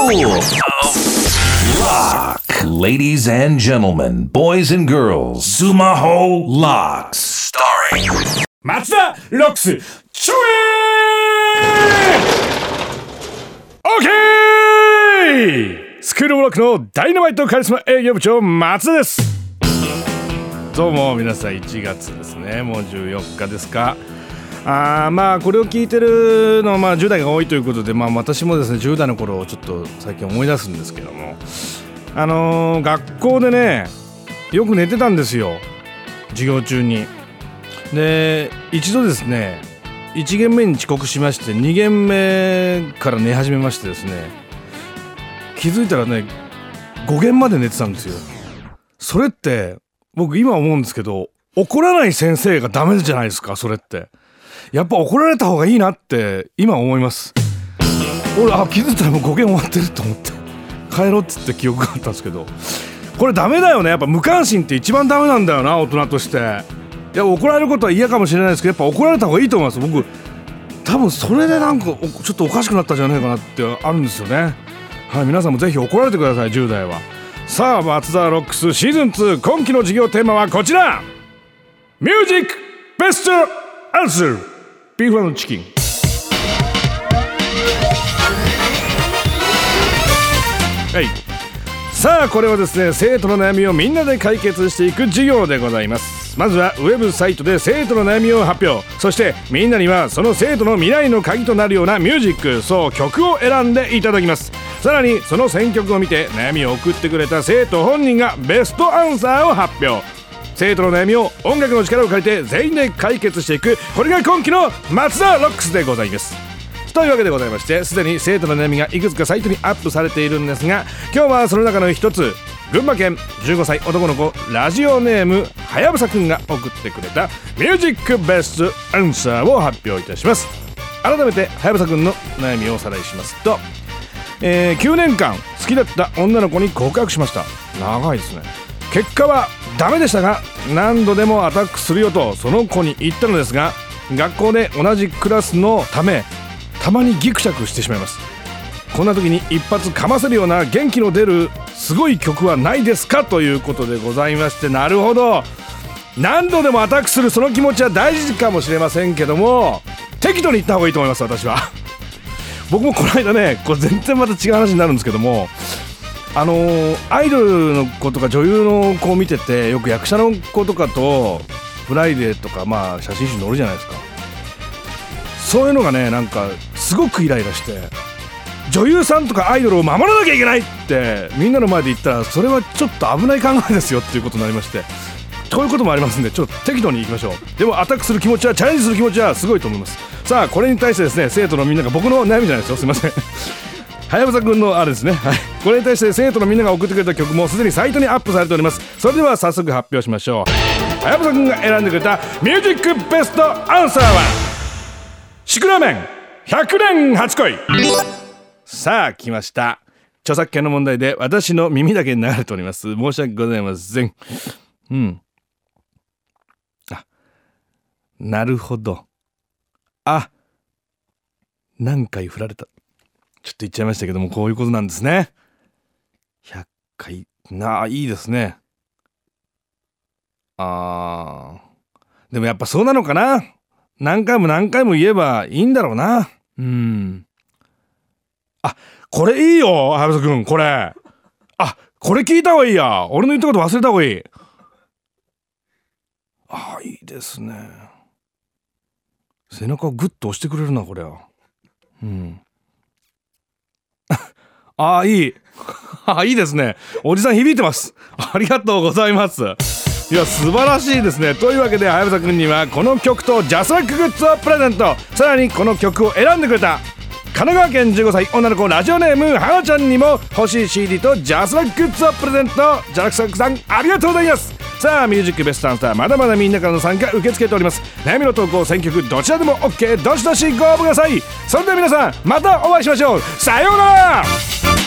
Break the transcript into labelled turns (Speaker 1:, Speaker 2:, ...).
Speaker 1: Lock. Ladies and gentlemen, boys and girls, Sumaho Locks. Starring
Speaker 2: 松田ロックスちょオーケースクールブロックのダイナマイトカリスマ営業部長松田です。どうも皆さん、1月ですね。もう14日ですか。まあこれを聞いてるのは10代が多いということで、私もですね10代の頃をちょっと最近思い出すんですけども、学校でねよく寝てたんですよ、授業中に。で一度ですね1限目に遅刻しまして、2限目から寝始めましてですね、気づいたらね5限まで寝てたんですよ。それって僕今思うんですけど、怒らない先生がダメじゃないですか。それってやっぱ怒られた方がいいなって今思います。俺気づいたらもう5限終わってると思って帰ろうっつって記憶があったんですけど、これダメだよね。やっぱ無関心って一番ダメなんだよな、大人として。いや怒られることは嫌かもしれないですけど、やっぱ怒られた方がいいと思います。僕多分それでなんかちょっとおかしくなったんじゃないかなってあるんですよね。はい、皆さんもぜひ怒られてください、10代は。さあ、松田ロックスシーズン2、今期の授業テーマはこちら。ミュージックベストアンサー、ビーフ&チキン。はい、さあこれはですね、生徒の悩みをみんなで解決していく授業でございます。まずはウェブサイトで生徒の悩みを発表、そしてみんなにはその生徒の未来の鍵となるようなミュージック、そう曲を選んでいただきます。さらにその選曲を見て悩みを送ってくれた生徒本人がベストアンサーを発表。生徒の悩みを音楽の力を借りて全員で解決していく、これが今期の松田ロックスでございます。というわけでございまして、すでに生徒の悩みがいくつかサイトにアップされているんですが、今日はその中の一つ、群馬県15歳男の子ラジオネームはやぶさくんが送ってくれたミュージックベストアンサーを発表いたします。改めてはやぶさくんの悩みをおさらいしますと、9年間好きだった女の子に告白しました。長いですね。結果はダメでしたが、何度でもアタックするよとその子に言ったのですが、学校で同じクラスのためたまにギクシャクしてしまいます。こんな時に一発かませるような元気の出るすごい曲はないですか、ということでございまして、なるほど、何度でもアタックするその気持ちは大事かもしれませんけども、適度に言った方がいいと思います、私は。僕もこの間ね、これ全然また違う話になるんですけども、アイドルの子とか女優の子を見てて、よく役者の子とかとフライデーとか写真集載るじゃないですか。そういうのがね、なんかすごくイライラして、女優さんとかアイドルを守らなきゃいけないってみんなの前で言ったら、それはちょっと危ない考えですよっていうことになりまして、こういうこともありますんで、ちょっと適度にいきましょう。でもアタックする気持ちは、チャレンジする気持ちはすごいと思います。さあこれに対してですね、生徒のみんなが、僕の悩みじゃないですよ、すいません。はやぶさくんのあれですね、はい、これに対して生徒のみんなが送ってくれた曲もすでにサイトにアップされております。それでは早速発表しましょう。はやぶさくんが選んでくれたミュージックベストアンサーは、シクラーメン100年初恋。さあ来ました。著作権の問題で私の耳だけに流れております。申し訳ございません。なるほど。何回振られた、ちょっと言っちゃいましたけども、こういうことなんですね。100回いいですね。でもやっぱそうなのかな。何回も何回も言えばいいんだろうな。これいいよ、はやぶさくん、これ。これ聞いた方がいいや。俺の言ったこと忘れた方がいい。いいですね。背中をグッと押してくれるな、これは。いい。いいですね。おじさん響いてます。ありがとうございます。いや素晴らしいですね。というわけではやぶさくんにはこの曲とジャスラックグッズをプレゼント。さらにこの曲を選んでくれた神奈川県15歳女の子ラジオネームはなちゃんにも欲しい CD とジャスラックグッズをプレゼント。ジャラクサックさんありがとうございます。さあミュージックベストアンサー、まだまだみんなからの参加受け付けております。悩みの投稿、選曲どちらでも OK、 どしどしご応募ください。それでは皆さんまたお会いしましょう。さようなら。